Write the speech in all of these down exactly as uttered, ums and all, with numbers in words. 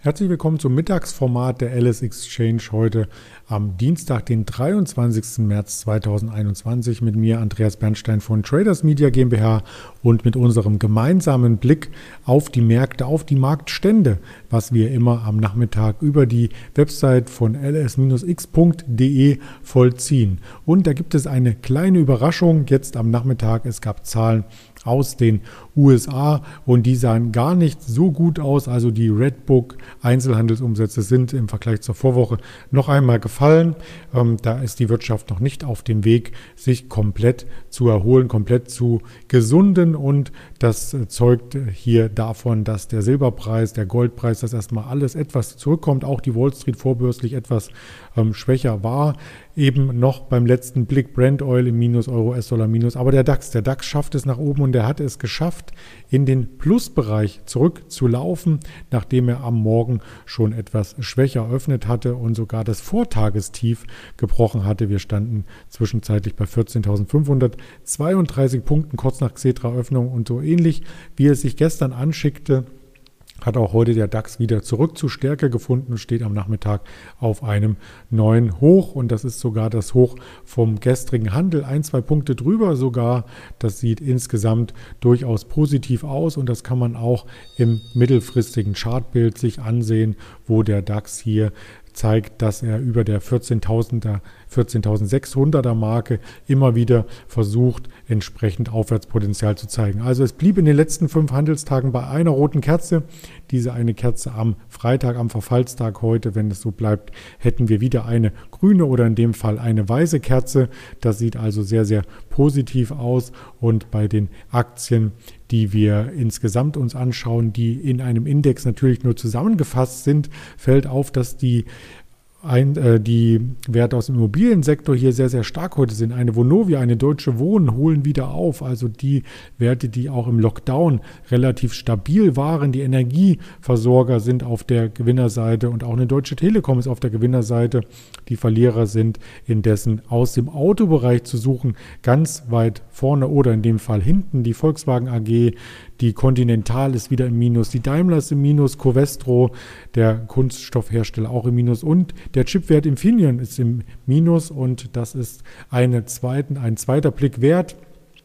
Herzlich willkommen zum Mittagsformat der Alice Exchange heute am Dienstag, den dreiundzwanzigsten März zweitausendeinundzwanzig mit mir, Andreas Bernstein von Traders Media GmbH und mit unserem gemeinsamen Blick auf die Märkte, auf die Marktstände, was wir immer am Nachmittag über die Website von l s x punkt d e vollziehen. Und da gibt es eine kleine Überraschung jetzt am Nachmittag. Es gab Zahlen aus den U S A und die sahen gar nicht so gut aus. Also die Redbook Einzelhandelsumsätze sind im Vergleich zur Vorwoche noch einmal gefallen. Ähm, da ist die Wirtschaft noch nicht auf dem Weg, sich komplett zu erholen, komplett zu gesunden, und das äh, zeugt hier davon, dass der Silberpreis, der Goldpreis, dass erstmal alles etwas zurückkommt. Auch die Wall Street vorbörslich etwas ähm, schwächer war. Eben noch beim letzten Blick Brent Oil im Minus, Euro, U S-Dollar Minus. Aber der DAX, der DAX schafft es nach oben und der hat es geschafft, in den Plusbereich zurückzulaufen, nachdem er am Morgen schon etwas schwächer eröffnet hatte und sogar das Vortagestief gebrochen hatte. Wir standen zwischenzeitlich bei vierzehntausendfünfhundertzweiunddreißig Punkten kurz nach Xetra-Öffnung, und so ähnlich wie es sich gestern anschickte, hat auch heute der DAX wieder zurück zu Stärke gefunden und steht am Nachmittag auf einem neuen Hoch. Und das ist sogar das Hoch vom gestrigen Handel, ein, zwei Punkte drüber sogar. Das sieht insgesamt durchaus positiv aus, und das kann man auch im mittelfristigen Chartbild sich ansehen, wo der DAX hier zeigt, dass er über der vierzehntausender, vierzehntausendsechshunderter Marke immer wieder versucht, entsprechend Aufwärtspotenzial zu zeigen. Also es blieb in den letzten fünf Handelstagen bei einer roten Kerze. Diese eine Kerze am Freitag, am Verfallstag heute, wenn es so bleibt, hätten wir wieder eine grüne oder in dem Fall eine weiße Kerze. Das sieht also sehr, sehr positiv aus. Und bei den Aktien, die wir insgesamt uns anschauen, die in einem Index natürlich nur zusammengefasst sind, fällt auf, dass die Ein, äh, die Werte aus dem Immobiliensektor hier sehr, sehr stark heute sind. Eine Vonovia, eine Deutsche Wohnen holen wieder auf. Also die Werte, die auch im Lockdown relativ stabil waren. Die Energieversorger sind auf der Gewinnerseite und auch eine Deutsche Telekom ist auf der Gewinnerseite. Die Verlierer sind indessen aus dem Autobereich zu suchen, ganz weit vorne oder in dem Fall hinten. Die Volkswagen A G, die Continental ist wieder im Minus, die Daimler ist im Minus, Covestro, der Kunststoffhersteller, auch im Minus, und der Chipwert Infineon ist im Minus, und das ist eine zweiten, ein zweiter Blick wert.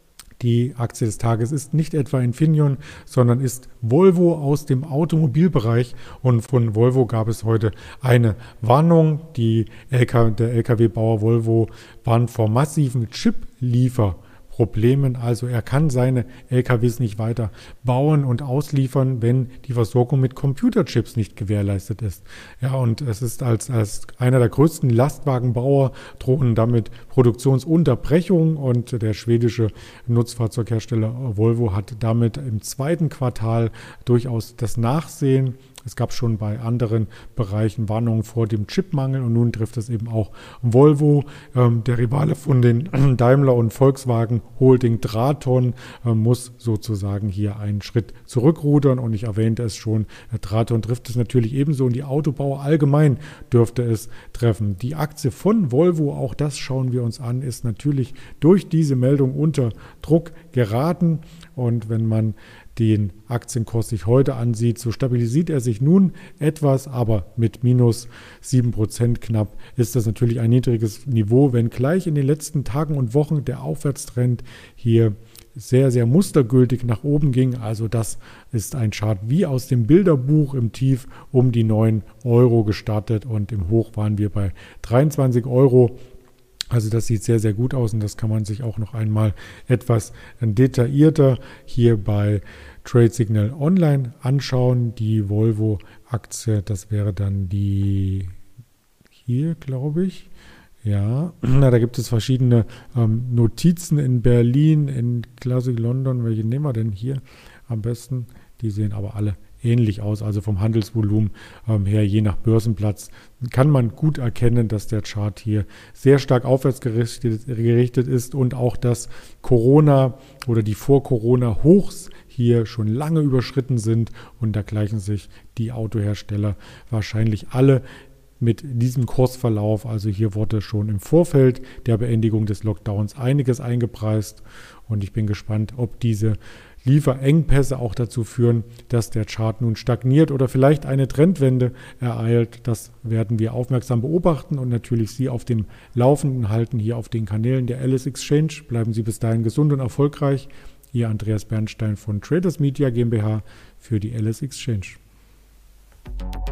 Die Aktie des Tages ist nicht etwa Infineon, sondern ist Volvo aus dem Automobilbereich, und von Volvo gab es heute eine Warnung. Die L K, der L K W-Bauer Volvo warnt vor massiven Chip-Liefer Problemen. Also er kann seine L K Ws nicht weiter bauen und ausliefern, wenn die Versorgung mit Computerchips nicht gewährleistet ist. Ja, und es ist als, als einer der größten Lastwagenbauer drohen damit Produktionsunterbrechungen, und der schwedische Nutzfahrzeughersteller Volvo hat damit im zweiten Quartal durchaus das Nachsehen. Es gab schon bei anderen Bereichen Warnungen vor dem Chipmangel, und nun trifft es eben auch Volvo. Ähm, der Rivale von den Daimler und Volkswagen Holding Traton äh, muss sozusagen hier einen Schritt zurückrudern, und ich erwähnte es schon, äh, Traton trifft es natürlich ebenso, und die Autobauer allgemein dürfte es treffen. Die Aktie von Volvo, auch das schauen wir uns an, ist natürlich durch diese Meldung unter Druck geraten, und wenn man den Aktienkurs sich heute ansieht, so stabilisiert er sich nun etwas, aber mit minus sieben Prozent knapp ist das natürlich ein niedriges Niveau, wenngleich in den letzten Tagen und Wochen der Aufwärtstrend hier sehr, sehr mustergültig nach oben ging. Also das ist ein Chart wie aus dem Bilderbuch, im Tief um die neun Euro gestartet, und im Hoch waren wir bei dreiundzwanzig Euro. Also das sieht sehr, sehr gut aus, und das kann man sich auch noch einmal etwas detaillierter hier bei Trade Signal Online anschauen. Die Volvo-Aktie, das wäre dann die hier, glaube ich. Ja, na, da gibt es verschiedene ähm, Notizen in Berlin, in Classic London. Welche nehmen wir denn hier am besten? Die sehen aber alle ähnlich aus, also vom Handelsvolumen ähm, her, je nach Börsenplatz, kann man gut erkennen, dass der Chart hier sehr stark aufwärts gerichtet, gerichtet ist, und auch, dass Corona oder die Vor-Corona-Hochs hier schon lange überschritten sind, und da gleichen sich die Autohersteller wahrscheinlich alle mit diesem Kursverlauf. Also hier wurde schon im Vorfeld der Beendigung des Lockdowns einiges eingepreist, und ich bin gespannt, ob diese Lieferengpässe auch dazu führen, dass der Chart nun stagniert oder vielleicht eine Trendwende ereilt. Das werden wir aufmerksam beobachten und natürlich Sie auf dem Laufenden halten hier auf den Kanälen der Alice Exchange. Bleiben Sie bis dahin gesund und erfolgreich. Ihr Andreas Bernstein von Traders Media GmbH für die Alice Exchange.